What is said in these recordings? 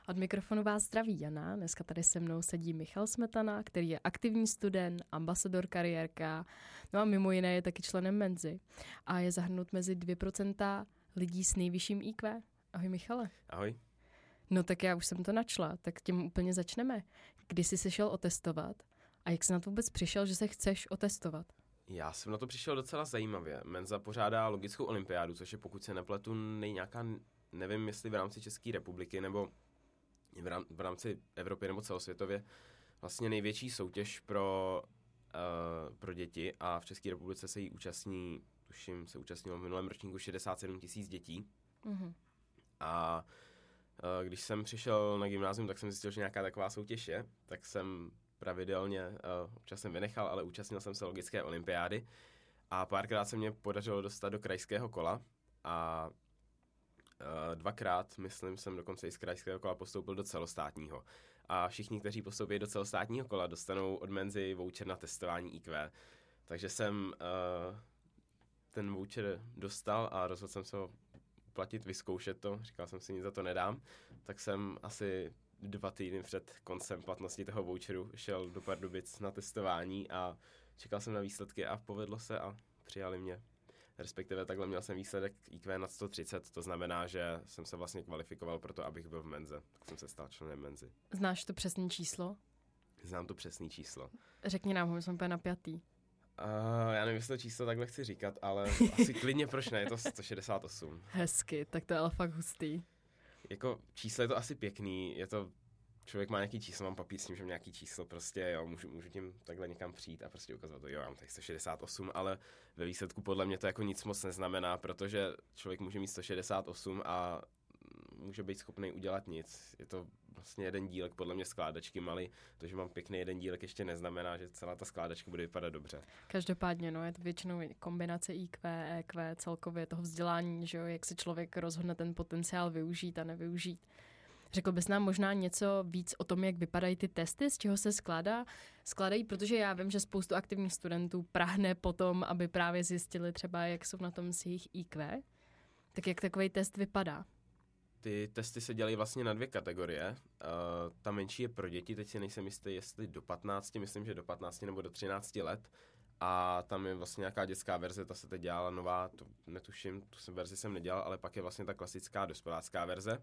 Od mikrofonu vás zdraví Jana. Dneska tady se mnou sedí Michal Smetana, který je aktivní student, ambasador kariérka, no a mimo jiné je taky členem Menzy a je zahrnut mezi 2% lidí s nejvyšším IQ. Ahoj Michale. Ahoj. No tak já už jsem to načla, tak tím úplně začneme. Kdy jsi se šel otestovat a jak jsi na to vůbec přišel, že se chceš otestovat? Já jsem na to přišel docela zajímavě. Menza pořádá logickou olympiádu, což je, pokud se nepletu, nějaká, nevím, jestli v rámci České republiky nebo v rámci Evropy nebo celosvětově, vlastně největší soutěž pro děti a v České republice se jí účastní, tuším, se účastnilo v minulém ročníku 67 000 dětí. Mm-hmm. A když jsem přišel na gymnázium, tak jsem zjistil, že nějaká taková soutěž je, tak jsem pravidelně, občas jsem vynechal, ale účastnil jsem se logické olympiády a párkrát se mě podařilo dostat do krajského kola a dvakrát, myslím, jsem dokonce i z krajského kola postoupil do celostátního. A všichni, kteří postoupí do celostátního kola, dostanou od Menzy voucher na testování IQ. Takže jsem ten voucher dostal a rozhodl jsem se ho uplatit, vyzkoušet to. Říkal jsem si, nic za to nedám. Tak jsem asi 2 týdny před koncem platnosti toho voucheru šel do Pardubic na testování a čekal jsem na výsledky a povedlo se a přijali mě. Respektive takhle měl jsem výsledek IQ nad 130, to znamená, že jsem se vlastně kvalifikoval pro to, abych byl v Menze. Tak jsem se stal členem Menzy. Znáš to přesné číslo? Znám to přesné číslo. Řekni nám ho, jsme úplně napjatý. Já nevím, jestli to číslo takhle chci říkat, ale asi klidně proč ne, je to 168. Hezky, tak to je ale fakt hustý. Jako číslo je to asi pěkný, je to, člověk má nějaký číslo, mám papír s tím, že mám nějaký číslo, prostě jo, můžu tím takhle někam přijít a prostě ukazovat to, jo, mám tady 168, ale ve výsledku podle mě to jako nic moc neznamená, protože člověk může mít 168 a může být schopný udělat nic. Je to vlastně jeden dílek, podle mě skládačky malý. To, že mám pěkný jeden dílek, ještě neznamená, že celá ta skládačka bude vypadat dobře. Každopádně, no, je to většinou kombinace IQ, EQ, celkově toho vzdělání, že jo, jak se člověk rozhodne ten potenciál využít a nevyužít. Řekl bys nám možná něco víc o tom, jak vypadají ty testy, z čeho se skládají, protože já vím, že spoustu aktivních studentů prahne potom, aby právě zjistili třeba, jak jsou na tom s jejich IQ. Tak jak takový test vypadá? Ty testy se dělají vlastně na 2 kategorie. Ta menší je pro děti, teď si nejsem jistý, jestli do 15, myslím, že do 15 nebo do 13 let. A tam je vlastně nějaká dětská verze, ta se teď dělala nová, to netuším, tu verzi jsem nedělal, ale pak je vlastně ta klasická dospělácká verze.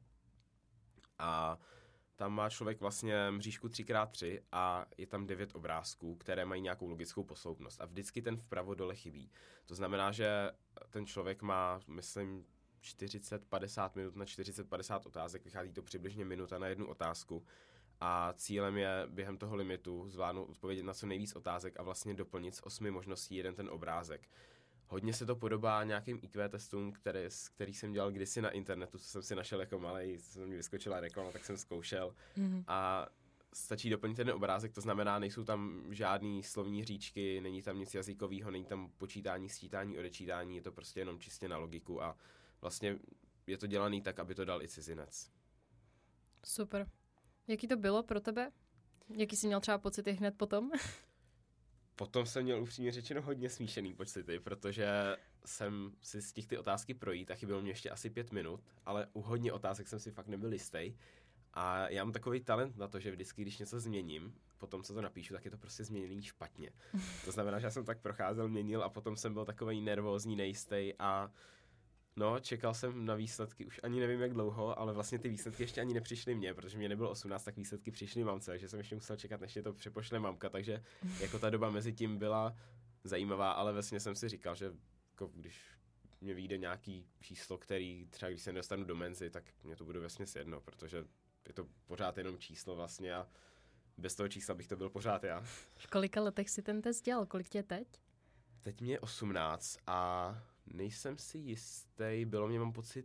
A tam má člověk vlastně mřížku 3x3 a je tam 9 obrázků, které mají nějakou logickou posloupnost. A vždycky ten vpravo dole chybí. To znamená, že ten člověk má, myslím, 40-50 minut na 40-50 otázek, vychází to přibližně minuta na 1 otázku a cílem je během toho limitu zvládnout odpovědět na co nejvíc otázek a vlastně doplnit z 8 možností jeden ten obrázek. Hodně se to podobá nějakým IQ testům, který jsem dělal kdysi na internetu, co jsem si našel jako malej, co mi vyskočila reklama, tak jsem zkoušel a stačí doplnit ten obrázek, to znamená, nejsou tam žádný slovní hříčky, není tam nic jazykového, není tam počítání, sčítání, odečítání, je to prostě jenom čistě na logiku a vlastně je to dělaný tak, aby to dal i cizinec. Super. Jaký to bylo pro tebe? Jaký jsi měl třeba pocity hned potom? Potom jsem měl upřímně řečeno hodně smíšený pocity, protože jsem si z těch ty otázky projít a chybělo mě ještě asi 5 minut, ale u hodně otázek jsem si fakt nebyl jistý. A já mám takový talent na to, že vždycky, když něco změním, potom co to napíšu, tak je to prostě změněný špatně. To znamená, že já jsem tak procházel, měnil a potom jsem byl takový nervózní, nejistý a no, čekal jsem na výsledky, už ani nevím jak dlouho, ale vlastně ty výsledky ještě ani nepřišly mně, protože mě nebylo 18, tak výsledky přišly mamce, takže jsem ještě musel čekat, než je to přepošle mamka, takže jako ta doba mezi tím byla zajímavá, ale vlastně jsem si říkal, že jako když mě vyjde nějaký číslo, který třeba když se nedostanu do Menzy, tak mě to bude vlastně jedno, protože je to pořád jenom číslo vlastně a bez toho čísla bych to byl pořád já. V kolika letech si ten test dělal? Kolik tě je teď? Teď mě je 18 a nejsem si jistý, bylo mě, mám pocit,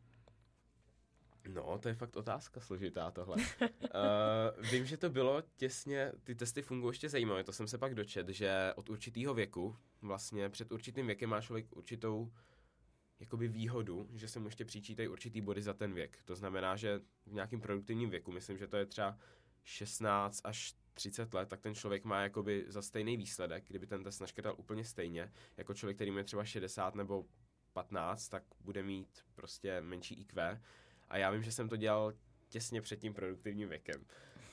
no, to je fakt otázka složitá tohle. Vím, že to bylo těsně, ty testy fungují ještě zajímavě, to jsem se pak dočetl, že od určitého věku, vlastně před určitým věkem má člověk určitou jakoby výhodu, že se mu ještě přičítají určitý body za ten věk. To znamená, že v nějakém produktivním věku, myslím, že to je třeba 16 až 30 let, tak ten člověk má jakoby za stejný výsledek, kdyby ten test naškrtal úplně stejně, jako člověk, který má třeba 60 nebo 15, tak bude mít prostě menší IQ. A já vím, že jsem to dělal těsně před tím produktivním věkem.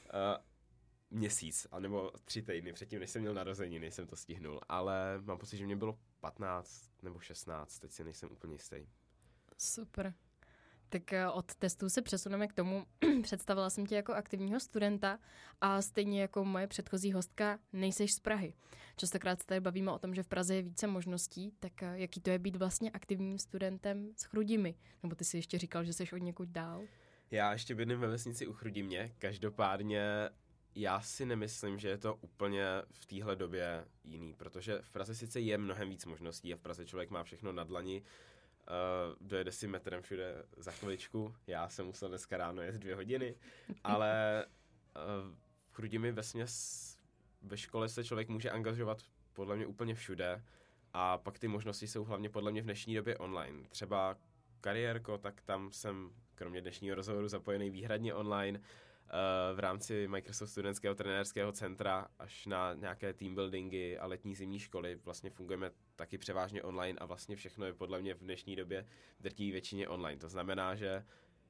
Měsíc, anebo 3 týdny předtím, než jsem měl narozeniny, jsem to stihnul, ale mám pocit, že mě bylo 15 nebo 16, teď si nejsem úplně jistý. Super. Tak od testů se přesuneme k tomu. Představila jsem tě jako aktivního studenta a stejně jako moje předchozí hostka nejseš z Prahy. Častokrát se tady bavíme o tom, že v Praze je více možností, tak jaký to je být vlastně aktivním studentem s Chrudimi? Nebo ty si ještě říkal, že jsi od někud dál? Já ještě bydlím ve vesnici u Chrudimě, každopádně já si nemyslím, že je to úplně v téhle době jiný, protože v Praze sice je mnohem víc možností a v Praze člověk má všechno na dlani, dojede si metrem všude za chviličku, já jsem musel dneska ráno jet 2 hodiny, ale v Chrudimi vesměs ve škole se člověk může angažovat podle mě úplně všude a pak ty možnosti jsou hlavně podle mě v dnešní době online. Třeba Kariérko, tak tam jsem kromě dnešního rozhovoru zapojený výhradně online, v rámci Microsoft studentského trenérského centra až na nějaké teambuildingy a letní zimní školy vlastně fungujeme taky převážně online a vlastně všechno je podle mě v dnešní době v drtivé většině online. To znamená, že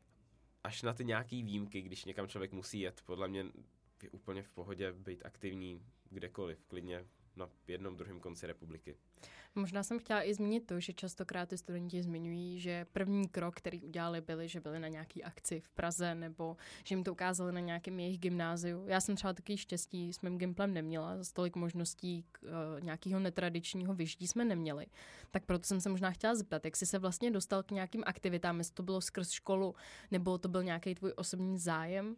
až na ty nějaký výjimky, když někam člověk musí jet, podle mě je úplně v pohodě být aktivní kdekoliv, klidně na jednom, druhém konci republiky. Možná jsem chtěla i zmínit to, že častokrát ty studenti zmiňují, že první krok, který udělali, že byli na nějaký akci v Praze nebo že jim to ukázali na nějakém jejich gymnáziu. Já jsem třeba takový štěstí s mým gimplem neměla, za tolik možností nějakého netradičního vyžití jsme neměli. Tak proto jsem se možná chtěla zeptat, jak jsi se vlastně dostal k nějakým aktivitám, jestli to bylo skrz školu nebo to byl nějaký tvůj osobní zájem?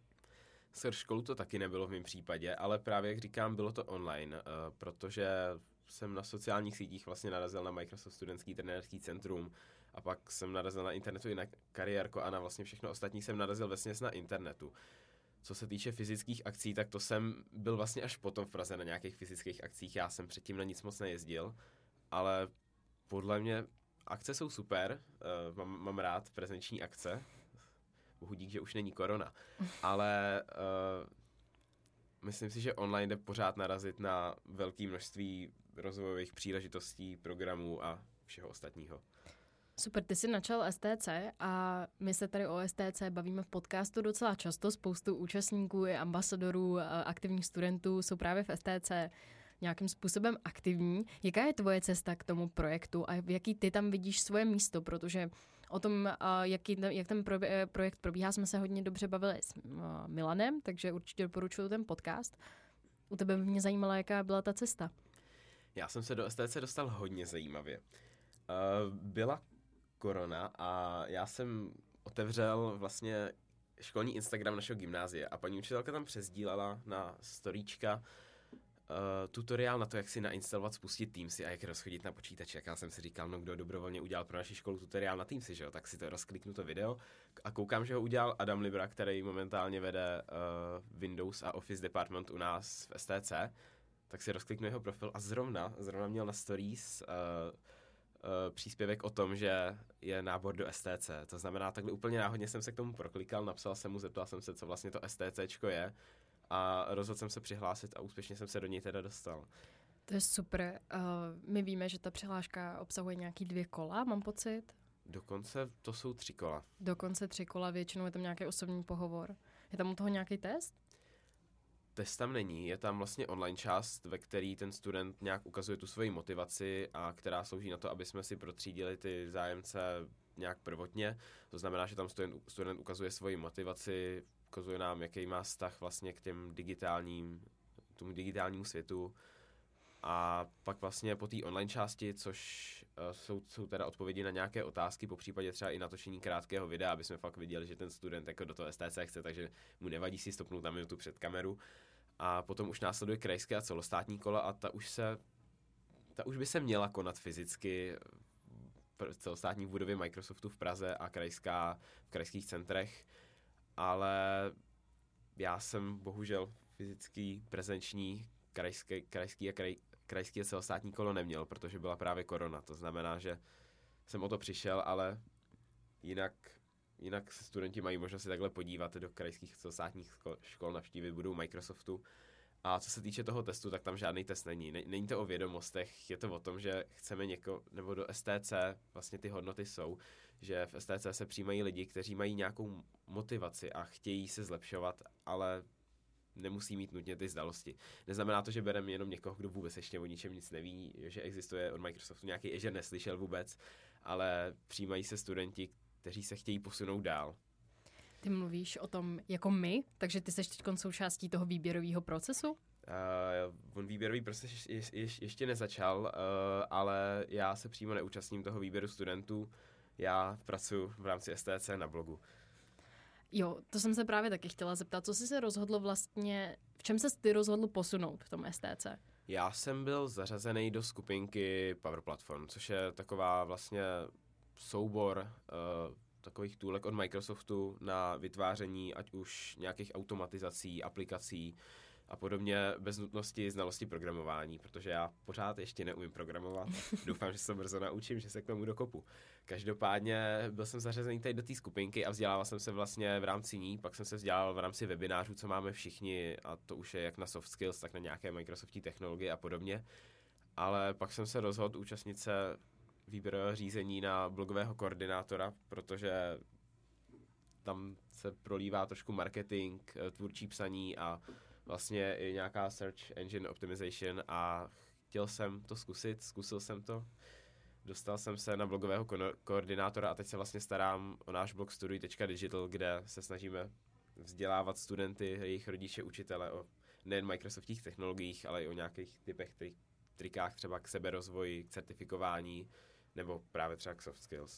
Skrz školu to taky nebylo v mém případě, ale právě, jak říkám, bylo to online, protože jsem na sociálních sítích vlastně narazil na Microsoft studentský trenérský centrum a pak jsem narazil na internetu i na Kariérko a na vlastně všechno ostatní jsem narazil vesměs na internetu. Co se týče fyzických akcí, tak to jsem byl vlastně až potom v Praze na nějakých fyzických akcích, já jsem předtím na nic moc nejezdil, ale podle mě akce jsou super, mám rád prezenční akce, bohu dík, že už není korona, ale myslím si, že online jde pořád narazit na velké množství rozvojových příležitostí, programů a všeho ostatního. Super, ty jsi načal STC a my se tady o STC bavíme v podcastu docela často. Spoustu účastníků i ambasadorů, aktivních studentů jsou právě v STC nějakým způsobem aktivní. Jaká je tvoje cesta k tomu projektu a jaký ty tam vidíš svoje místo? Protože o tom, jak ten projekt probíhá, jsme se hodně dobře bavili s Milanem, takže určitě doporučuji ten podcast. U tebe by mě zajímala, jaká byla ta cesta. Já jsem se do STC dostal hodně zajímavě. Byla korona a já jsem otevřel vlastně školní Instagram našeho gymnázia a paní učitelka tam přesdílala na storíčka tutoriál na to, jak si nainstalovat, spustit Teamsy a jak rozchodit na počítači. Jak já jsem si říkal, no kdo dobrovolně udělal pro naši školu tutoriál na Teamsy, že jo? Tak si to rozkliknu to video a koukám, že ho udělal Adam Libra, který momentálně vede Windows a Office Department u nás v STC. Tak si rozkliknu jeho profil a zrovna měl na stories příspěvek o tom, že je nábor do STC. To znamená, takhle úplně náhodně jsem se k tomu proklikal, napsal jsem mu, zeptal jsem se, co vlastně to STCčko je a rozhodl jsem se přihlásit a úspěšně jsem se do něj teda dostal. To je super. My víme, že ta přihláška obsahuje nějaký 2 kola, mám pocit. Dokonce to jsou 3 kola. Dokonce 3 kola, většinou je tam nějaký osobní pohovor. Je tam u toho nějaký test? Test tam není, je tam vlastně online část, ve který ten student nějak ukazuje tu svoji motivaci a která slouží na to, aby jsme si protřídili ty zájemce nějak prvotně. To znamená, že tam student ukazuje svoji motivaci, ukazuje nám, jaký má vztah vlastně k tomu digitálnímu světu. A pak vlastně po té online části, což jsou teda odpovědi na nějaké otázky, po případě třeba i natočení krátkého videa, aby jsme fakt viděli, že ten student jako do toho STC chce, takže mu nevadí si stopnout na minutu před kameru. A potom už následuje krajské a celostátní kola a ta už by se měla konat fyzicky v celostátní budově Microsoftu v Praze a krajská v krajských centrech, ale já jsem bohužel fyzický, prezenční, krajský a celostátní kolo neměl, protože byla právě korona. To znamená, že jsem o to přišel, ale jinak studenti mají možnost si takhle podívat do krajských celostátních škol, navštívit budovu Microsoftu A co se týče toho testu, tak tam žádný test není. Není to o vědomostech, je to o tom, že chceme nebo do STC, vlastně ty hodnoty jsou, že v STC se přijímají lidi, kteří mají nějakou motivaci a chtějí se zlepšovat, ale nemusí mít nutně ty znalosti. Neznamená to, že bereme jenom někoho, kdo vůbec ještě o ničem nic neví, že existuje od Microsoftu nějaký Azure, neslyšel vůbec, ale přijímají se studenti, kteří se chtějí posunout dál. Ty mluvíš o tom jako my, takže ty jsi teď součástí toho výběrového procesu? On výběrový proces ještě nezačal, ale já se přímo neúčastním toho výběru studentů. Já pracuji v rámci STC na blogu. Jo, to jsem se právě taky chtěla zeptat. Co jsi se rozhodl vlastně, v čem ses ty rozhodl posunout v tom STC? Já jsem byl zařazený do skupinky Power Platform, což je taková vlastně soubor takových toolek od Microsoftu na vytváření ať už nějakých automatizací, aplikací a podobně bez nutnosti znalosti programování, protože já pořád ještě neumím programovat. Doufám, že se brzo naučím, že se k tomu dokopu. Každopádně byl jsem zařazený tady do té skupinky a vzdělával jsem se vlastně v rámci ní, pak jsem se vzdělával v rámci webinářů, co máme všichni, a to už je jak na soft skills, tak na nějaké Microsoftí technologie a podobně. Ale pak jsem se rozhodl účastnit se výběrového řízení na blogového koordinátora, protože tam se prolívá trošku marketing, tvůrčí psaní a vlastně i nějaká search engine optimization a chtěl jsem to zkusil jsem to. Dostal jsem se na blogového koordinátora a teď se vlastně starám o náš blog studuj.digital, kde se snažíme vzdělávat studenty, jejich rodiče, učitele o nejen Microsoftích technologiích, ale i o nějakých typech, trikách třeba k seberozvoji, k certifikování nebo právě třeba k soft skills.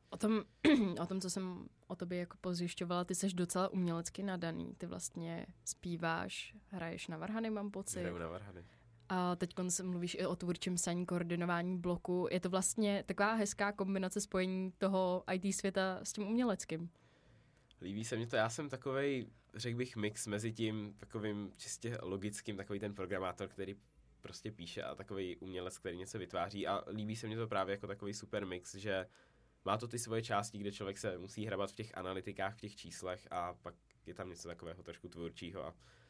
O tom, co jsem o tobě jako pozjišťovala, ty jsi docela umělecky nadaný. Ty vlastně zpíváš, hraješ na varhany, mám pocit. Hraju na varhany. A teď mluvíš i o tvůrčím psaní, koordinování bloku. Je to vlastně taková hezká kombinace spojení toho IT světa s tím uměleckým. Líbí se mi to. Já jsem takovej, řekl bych, mix mezi tím takovým čistě logickým, takový ten programátor, který prostě píše, a takový umělec, který něco vytváří, a líbí se mi to právě jako takový super mix, že má to ty svoje části, kde člověk se musí hrabat v těch analytikách, v těch číslech, a pak je tam něco takového trošku tvůrčího.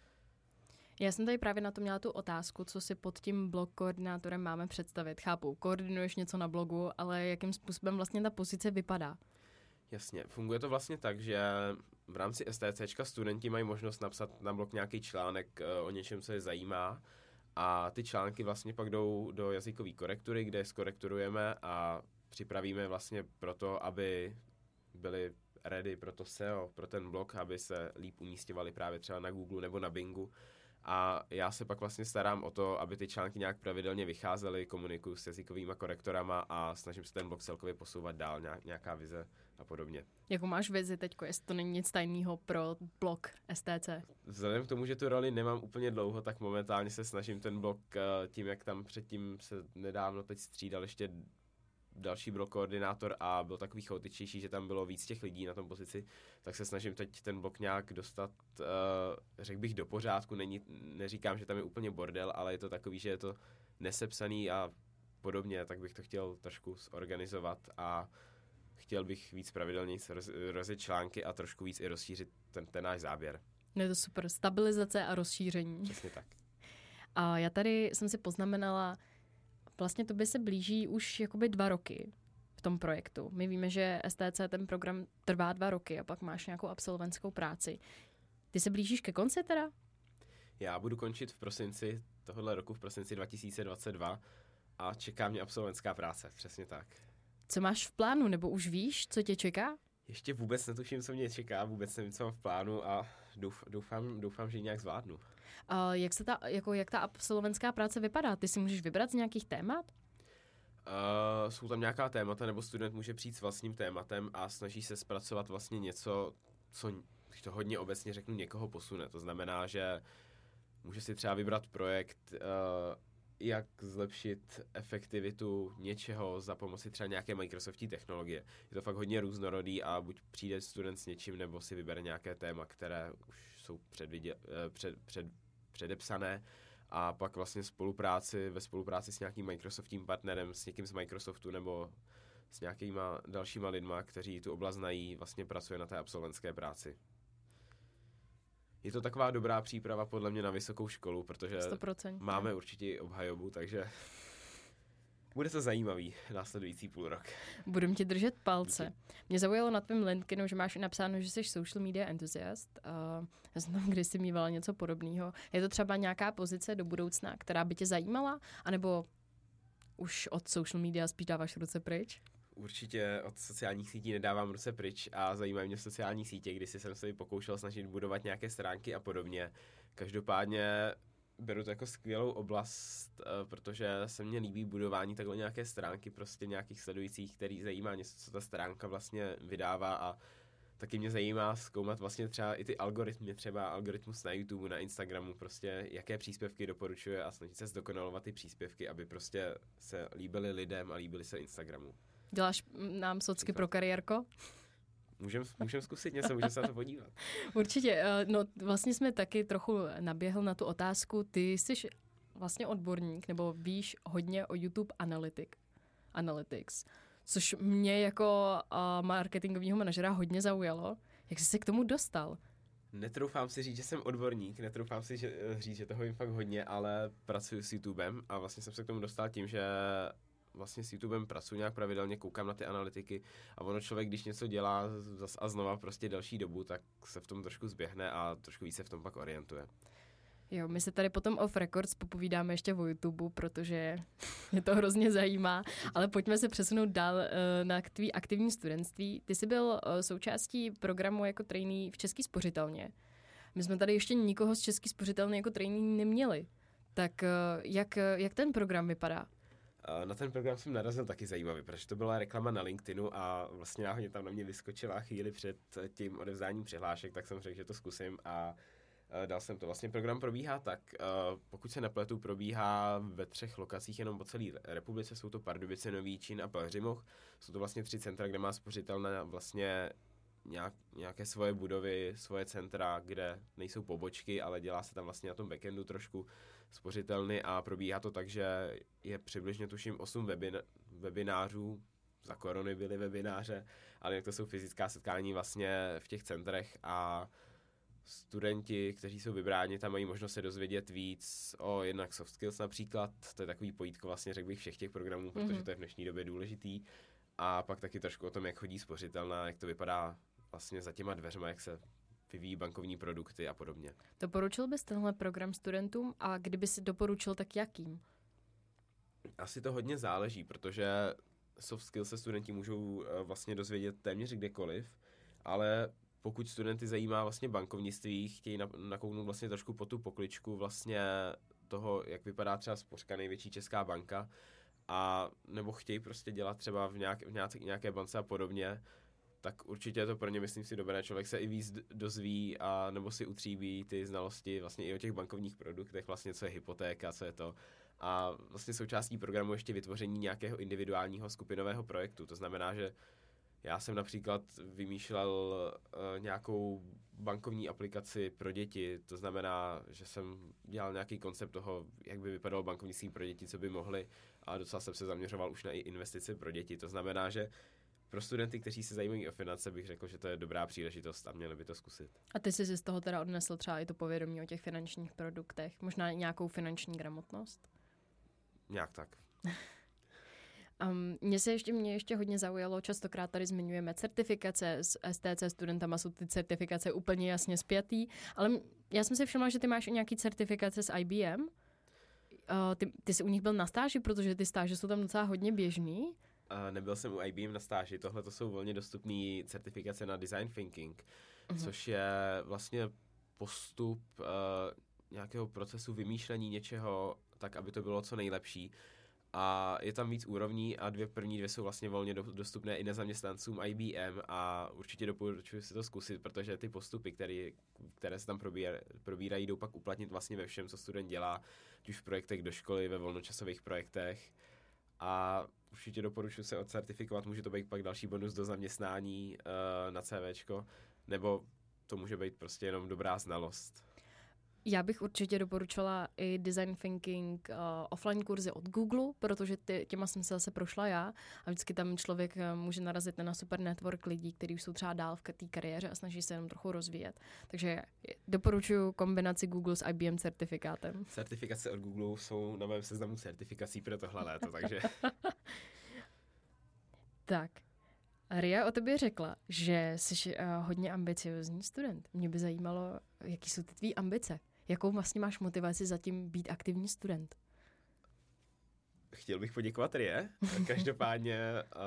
Já jsem tady právě na to měla tu otázku, co si pod tím blog koordinátorem máme představit. Chápu, koordinuješ něco na blogu, ale jakým způsobem vlastně ta pozice vypadá? Jasně, funguje to vlastně tak, že v rámci STCčka studenti mají možnost napsat na blog nějaký článek o něčem, co je zajímá, a ty články vlastně pak jdou do jazykové korektury, kde je skorekturujeme a připravíme vlastně pro to, aby byli ready pro to SEO, pro ten blog, aby se líp umístěvali právě třeba na Google nebo na Bingu. A já se pak vlastně starám o to, aby ty články nějak pravidelně vycházely, komunikuju s jazykovýma korektorama a snažím se ten blog celkově posouvat dál, nějaká vize a podobně. Jakou máš vizi teďko, jestli to není nic tajného pro blog STC? Vzhledem k tomu, že tu roli nemám úplně dlouho, tak momentálně se snažím ten blog, tím jak tam předtím se nedávno teď střídal ještě další blog koordinátor a byl takový chaotičtější, že tam bylo víc těch lidí na tom pozici, tak se snažím teď ten blog nějak dostat, řekl bych, do pořádku. Neříkám, že tam je úplně bordel, ale je to takový, že je to nesepsaný a podobně, tak bych to chtěl trošku zorganizovat a chtěl bych víc pravidelně rozjet články a trošku víc i rozšířit ten náš záběr. Je to super, stabilizace a rozšíření. Přesně tak. A já tady jsem si poznamenala, vlastně tobě se blíží už jakoby 2 roky v tom projektu. My víme, že STC, ten program trvá 2 roky a pak máš nějakou absolventskou práci. Ty se blížíš ke konci teda? Já budu končit v prosinci tohohle roku, v prosinci 2022 a čeká mě absolventská práce, přesně tak. Co máš v plánu, nebo už víš, co tě čeká? Ještě vůbec netuším, co mě čeká, vůbec nevím, co mám v plánu a doufám, že ji nějak zvládnu. Jak ta absolventská práce vypadá? Ty si můžeš vybrat z nějakých témat? Jsou tam nějaká témata, nebo student může přijít s vlastním tématem a snaží se zpracovat vlastně něco, co, když to hodně obecně řeknu, někoho posune. To znamená, že může si třeba vybrat projekt, jak zlepšit efektivitu něčeho za pomoci třeba nějaké Microsoftí technologie. Je to fakt hodně různorodý a buď přijde student s něčím, nebo si vybere nějaké téma, které už jsou předepsané, a pak vlastně ve spolupráci s nějakým Microsoftím partnerem, s někým z Microsoftu nebo s nějakýma dalšíma lidma, kteří tu oblast znají, vlastně pracuje na té absolventské práci. je to taková dobrá příprava podle mě na vysokou školu, protože 100%. máme určitě obhajobu, takže bude to zajímavý následující půl rok. Budem ti držet palce. Mě zaujalo na tvém LinkedInu, že máš napsáno, že jsi social media enthusiast. Já jsem tam kdysi mývala něco podobného. Je to třeba nějaká pozice do budoucna, která by tě zajímala? A nebo už od social media spíš dáváš ruce pryč? Určitě od sociálních sítí nedávám ruce pryč a zajímají mě sociální sítě, kdy jsem se pokoušel snažit budovat nějaké stránky a podobně. Každopádně beru to jako skvělou oblast, protože se mně líbí budování takhle nějaké stránky, prostě nějakých sledujících, který zajímá něco, co ta stránka vlastně vydává a taky mě zajímá zkoumat vlastně třeba i ty algoritmy, třeba algoritmus na YouTube, na Instagramu, prostě jaké příspěvky doporučuje a snažit se zdokonalovat ty příspěvky, aby prostě se líbily lidem a líbily se Instagramu. Děláš nám socky pro kariérko? Můžem zkusit něco, můžeme se na to podívat. Určitě. No vlastně jsme taky trochu naběhl na tu otázku. Ty jsi vlastně odborník, nebo víš hodně o YouTube Analytics, což mě jako marketingového manažera hodně zaujalo. Jak jsi se k tomu dostal? Netroufám si říct, že jsem odborník, netroufám si říct, že toho vím fakt hodně, ale pracuji s YouTubem a vlastně jsem se k tomu dostal tím, že vlastně s YouTubem pracuji nějak pravidelně, koukám na ty analytiky a ono člověk, když něco dělá zas a znova prostě delší dobu, tak se v tom trošku zběhne a trošku víc se v tom pak orientuje. Jo, my se tady potom off records popovídáme ještě o YouTube, protože mě to hrozně zajímá, ale pojďme se přesunout dál na tvý aktivní studentství. Ty jsi byl součástí programu jako trainee v České spořitelně. My jsme tady ještě nikoho z České spořitelny jako trainee neměli. Tak jak ten program vypadá? Na ten program jsem narazil taky zajímavě, protože to byla reklama na LinkedInu a vlastně náhodně tam na mě vyskočila chvíli před tím odevzdáním přihlášek, tak jsem řekl, že to zkusím a dal jsem to. Vlastně program probíhá tak, pokud se nepletu, probíhá ve 3 lokacích jenom po celé republice, jsou to Pardubice, Nový Čín a Pelhřimov. Jsou to vlastně 3 centra, kde má spořitelna vlastně nějaké svoje budovy, svoje centra, kde nejsou pobočky, ale dělá se tam vlastně na tom backendu trošku spořitelny a probíhá to tak, že je přibližně tuším 8 webinářů, za korony byly webináře, ale jak to jsou fyzická setkání vlastně v těch centrech a studenti, kteří jsou vybráni, tam mají možnost se dozvědět víc o jednak soft skills například, to je takový pojítko vlastně řekl bych všech těch programů, protože to je v dnešní době důležitý a pak taky trošku o tom, jak chodí spořitelna, jak to vypadá vlastně za těma dveřma, jak se vyvíjí bankovní produkty a podobně. Doporučil bys tenhle program studentům a kdyby si doporučil, tak jakým? Asi to hodně záleží, protože soft skills se studenti můžou vlastně dozvědět téměř kdekoliv, ale pokud studenty zajímá vlastně bankovnictví, chtějí nakouknout vlastně trošku po tu pokličku vlastně toho, jak vypadá třeba spořka, největší česká banka, a nebo chtějí prostě dělat třeba v nějaké bance a podobně, tak určitě je to pro ně, myslím si, dobré. Člověk se i víc dozví a nebo si utříbí ty znalosti vlastně i o těch bankovních produktech, vlastně co je hypotéka, co je to. A vlastně součástí programu ještě vytvoření nějakého individuálního skupinového projektu. To znamená, že já jsem například vymýšlel nějakou bankovní aplikaci pro děti, to znamená, že jsem dělal nějaký koncept toho, jak by vypadalo bankovnictví pro děti, co by mohly, a docela jsem se zaměřoval už na i investice pro děti. To znamená, že pro studenty, kteří se zajímají o finance, bych řekl, že to je dobrá příležitost a měli by to zkusit. A ty jsi z toho teda odnesl třeba i to povědomí o těch finančních produktech, možná nějakou finanční gramotnost? Nějak tak. Mě ještě hodně zaujalo, častokrát tady zmiňujeme certifikace, s STC studentama jsou ty certifikace úplně jasně spjatý, ale já jsem si všimla, že ty máš i nějaký certifikace s IBM. Ty jsi u nich byl na stáži, protože ty stáže jsou tam docela hodně běžný. Nebyl jsem u IBM na stáži, tohle to jsou volně dostupné certifikace na design thinking, což je vlastně postup nějakého procesu vymýšlení něčeho tak, aby to bylo co nejlepší. A je tam víc úrovní a první dvě jsou vlastně volně dostupné i nezaměstnancům IBM a určitě doporučuji si to zkusit, protože ty postupy, které se tam probírají, jdou pak uplatnit vlastně ve všem, co student dělá, ať už v projektech do školy, ve volnočasových projektech. A určitě doporučuji se odcertifikovat, může to být pak další bonus do zaměstnání na CVčko, nebo to může být prostě jenom dobrá znalost. Já bych určitě doporučila i design thinking offline kurzy od Google, protože těma jsem se zase prošla já a vždycky tam člověk může narazit na super network lidí, kteří už jsou třeba dál v té kariéře a snaží se jenom trochu rozvíjet. Takže doporučuji kombinaci Google s IBM certifikátem. Certifikace od Google jsou na mém seznamu certifikací pro tohle léto, takže... Tak. Ria o tobě řekla, že jsi hodně ambiciozní student. Mě by zajímalo, jaký jsou ty tvý ambice. Jakou vlastně máš motivaci zatím být aktivní student? Chtěl bych poděkovat Rie. Každopádně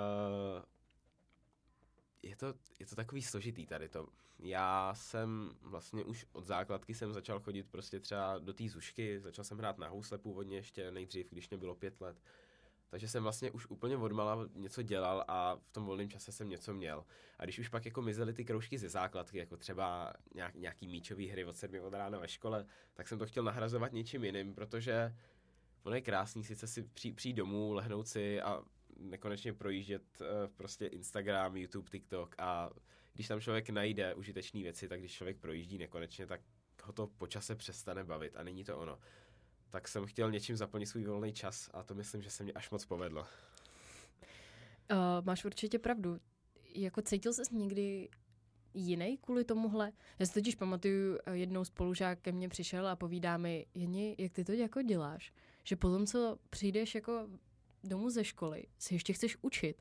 je to takový složitý tady to. Já jsem vlastně už od základky jsem začal chodit prostě třeba do té zušky. Začal jsem hrát na housle původně ještě nejdřív, když mě bylo 5 let. Takže jsem vlastně už úplně odmala něco dělal a v tom volném čase jsem něco měl. A když už pak jako mizely ty kroužky ze základky, jako třeba nějaký míčový hry od 7 od rána ve škole, tak jsem to chtěl nahrazovat něčím jiným, protože ono je krásný sice si přijít domů, lehnout si a nekonečně projíždět prostě Instagram, YouTube, TikTok a když tam člověk najde užitečné věci, tak když člověk projíždí nekonečně, tak ho to po čase přestane bavit a není to ono. Tak jsem chtěl něčím zaplnit svůj volný čas a to myslím, že se mě až moc povedlo. Máš určitě pravdu. Jako cítil ses někdy jiný kvůli tomuhle? Já si totiž pamatuju, jednou spolužák ke mně přišel a povídá mi, Jeni, jak ty to jako děláš? Že potom, co přijdeš jako domů ze školy, si ještě chceš učit.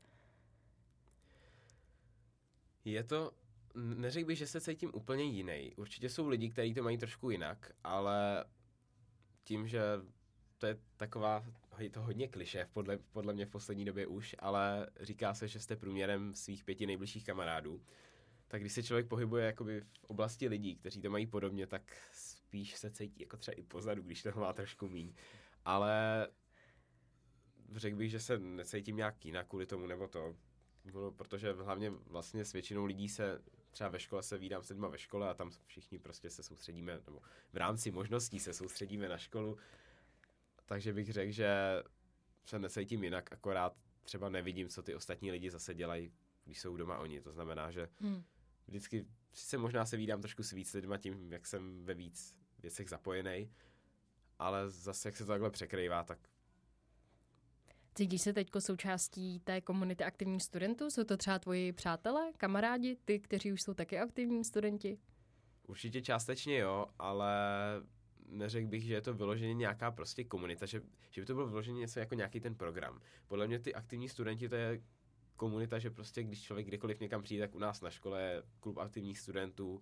Je to, neřekl bych, že se cítím úplně jiný. Určitě jsou lidi, kteří to mají trošku jinak, ale tím, že to je taková, je to hodně klišé podle mě v poslední době už, ale říká se, že jste průměrem svých 5 nejbližších kamarádů. Tak když se člověk pohybuje jakoby v oblasti lidí, kteří to mají podobně, tak spíš se cítí jako třeba i pozadu, když toho má trošku míň. Ale řekl bych, že se necítím nějak jinak kvůli tomu nebo to. Protože hlavně vlastně s většinou lidí se třeba ve škole se vídám s lidma ve škole a tam všichni prostě se soustředíme, nebo v rámci možností se soustředíme na školu. Takže bych řekl, že se necítím jinak, akorát třeba nevidím, co ty ostatní lidi zase dělají, když jsou doma oni. To znamená, že vždycky sice možná se vídám trošku s víc lidma tím, jak jsem ve víc věcech zapojený, ale zase jak se to takhle překrývá, tak Cítíš se teďko součástí té komunity aktivních studentů? Jsou to třeba tvoji přátelé, kamarádi, ty, kteří už jsou taky aktivní studenti? Určitě částečně jo, ale neřekl bych, že je to vyloženě nějaká prostě komunita, že by to bylo vyloženě něco jako nějaký ten program. Podle mě ty aktivní studenti to je komunita, že prostě když člověk kdekoliv někam přijde, tak u nás na škole je klub aktivních studentů,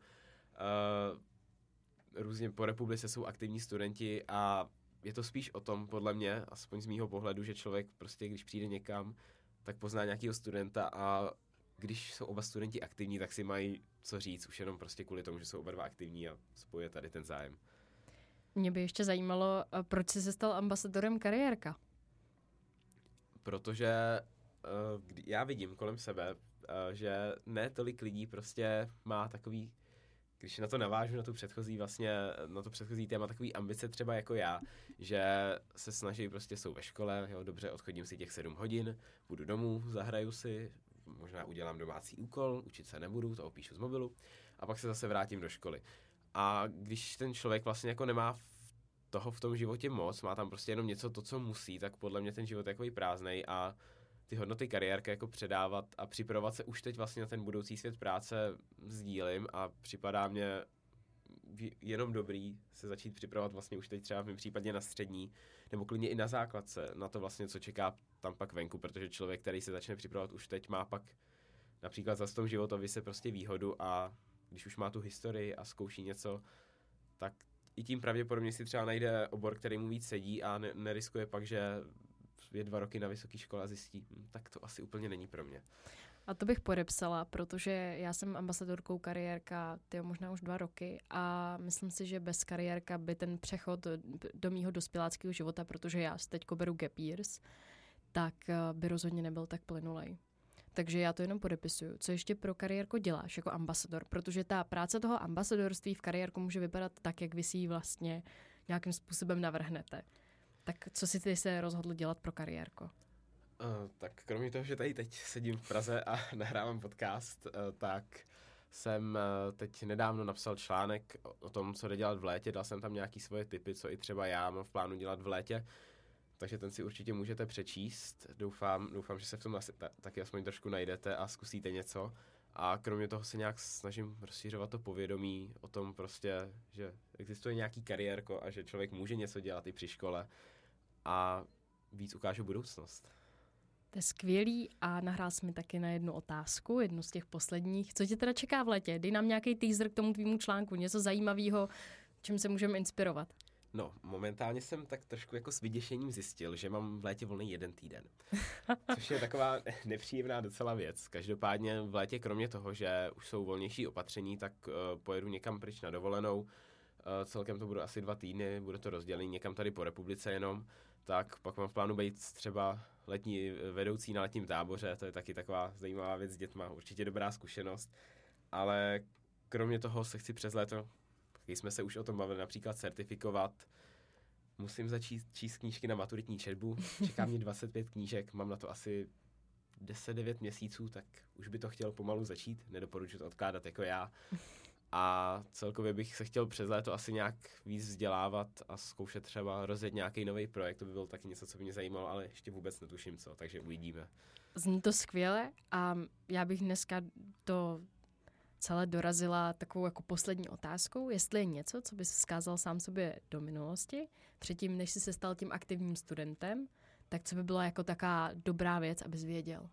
různě po republice jsou aktivní studenti a je to spíš o tom, podle mě, aspoň z mýho pohledu, že člověk prostě, když přijde někam, tak pozná nějakého studenta a když jsou oba studenti aktivní, tak si mají co říct, už jenom prostě kvůli tomu, že jsou oba dva aktivní a spojuje tady ten zájem. Mě by ještě zajímalo, proč jsi se stal ambasadorem Kariérka? Protože já vidím kolem sebe, že ne tolik lidí prostě má takový, když na to navážu na to předchozí téma, takový ambice třeba jako já, že se snaží prostě, jsou ve škole, jo, dobře, odchodím si těch 7 hodin, budu domů, zahraju si, možná udělám domácí úkol, učit se nebudu, to opíšu z mobilu a pak se zase vrátím do školy. A když ten člověk vlastně jako nemá toho v tom životě moc, má tam prostě jenom něco, to, co musí, tak podle mě ten život je takový prázdnej a ty hodnoty kariérky jako předávat a připravovat se už teď vlastně na ten budoucí svět práce sdílím a připadá mě jenom dobrý se začít připravovat vlastně už teď třeba v mém případě na střední nebo klidně i na základce, na to vlastně, co čeká tam pak venku, protože člověk, který se začne připravovat už teď, má pak například za v tom životovise prostě výhodu a když už má tu historii a zkouší něco, tak i tím pravděpodobně si třeba najde obor, který mu víc sedí a neriskuje pak, že je 2 roky na vysoké škole a zjistí, tak to asi úplně není pro mě. A to bych podepsala, protože já jsem ambasadorkou Kariérka možná už 2 roky a myslím si, že bez Kariérka by ten přechod do mýho dospěláckého života, protože já teďko beru gap years, tak by rozhodně nebyl tak plynulej. Takže já to jenom podepisuju. Co ještě pro Kariérko děláš jako ambasador? Protože ta práce toho ambasadorství v Kariérku může vypadat tak, jak vy si ji vlastně nějakým způsobem navrhnete. Tak co si ty se rozhodl dělat pro Kariérko? Tak kromě toho, že tady teď sedím v Praze a nahrávám podcast, tak jsem teď nedávno napsal článek o tom, co jde dělat v létě, dal jsem tam nějaký svoje tipy, co i třeba já mám v plánu dělat v létě, takže ten si určitě můžete přečíst. Doufám, že se v tom asi taky aspoň trošku najdete a zkusíte něco. A kromě toho se nějak snažím rozšířovat to povědomí o tom prostě, že existuje nějaký kariérko a že člověk může něco dělat i při škole a víc ukážu budoucnost. To je skvělý a nahrál jsi mi taky na jednu otázku, jednu z těch posledních. Co tě teda čeká v létě? Dej nám nějaký teaser k tomu tvýmu článku, něco zajímavého, čím se můžeme inspirovat. No, momentálně jsem tak trošku jako s vyděšením zjistil, že mám v létě volný 1 týden. Což je taková nepříjemná docela věc. Každopádně v létě kromě toho, že už jsou volnější opatření, tak pojedu někam pryč na dovolenou. Celkem to budou asi 2 týdny, bude to rozdělený někam tady po republice jenom. Tak pak mám v plánu být třeba letní vedoucí na letním táboře, to je taky taková zajímavá věc s dětma, určitě dobrá zkušenost. Ale kromě toho se chci přes léto, když jsme se už o tom bavili, například certifikovat. Musím začít číst knížky na maturitní četbu. Čeká mě 25 knížek, mám na to asi 10-9 měsíců, tak už by to chtěl pomalu začít. Nedoporučuji to odkládat jako já. A celkově bych se chtěl přes léto asi nějak víc vzdělávat a zkoušet třeba rozjet nějaký nový projekt. To by bylo taky něco, co by mě zajímalo, ale ještě vůbec netuším co, takže uvidíme. Zní to skvěle a já bych dneska to celé dorazila takovou jako poslední otázkou, jestli je něco, co bys vzkázal sám sobě do minulosti, předtím, než jsi se stal tím aktivním studentem, tak co by byla jako taká dobrá věc, abys věděl?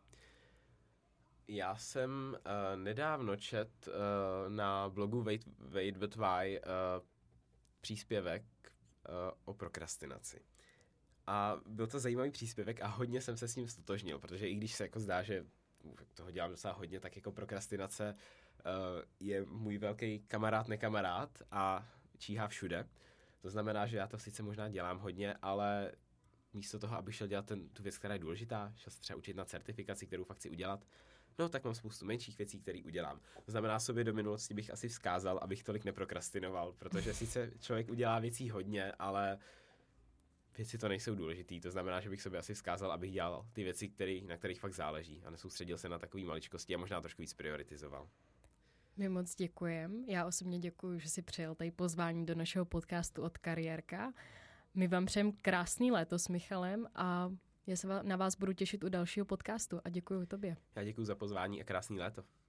Já jsem nedávno čet na blogu Wait But Why příspěvek o prokrastinaci. A byl to zajímavý příspěvek a hodně jsem se s ním stotožnil, protože i když se jako zdá, že toho dělám docela hodně, tak jako prokrastinace je můj velký kamarád, nekamarád a číhá všude. To znamená, že já to sice možná dělám hodně, ale místo toho, abych šel dělat tu věc, která je důležitá, šel se třeba učit na certifikaci, kterou fakt chci udělat, no tak mám spoustu menších věcí, které udělám. To znamená, sobě do minulosti bych asi vzkázal, abych tolik neprokrastinoval, protože sice člověk udělá věcí hodně, ale věci to nejsou důležitý. To znamená, že bych sobě asi vzkázal, abych dělal ty věci, na kterých fakt záleží a nesoustředil se na takové maličkosti a možná trošku víc prioritizoval. My moc děkujem. Já osobně děkuji, že jsi přijel tady pozvání do našeho podcastu od Kariérka. My vám přejeme krásný léto s Michalem a já se na vás budu těšit u dalšího podcastu a děkuji tobě. Já děkuji za pozvání a krásný léto.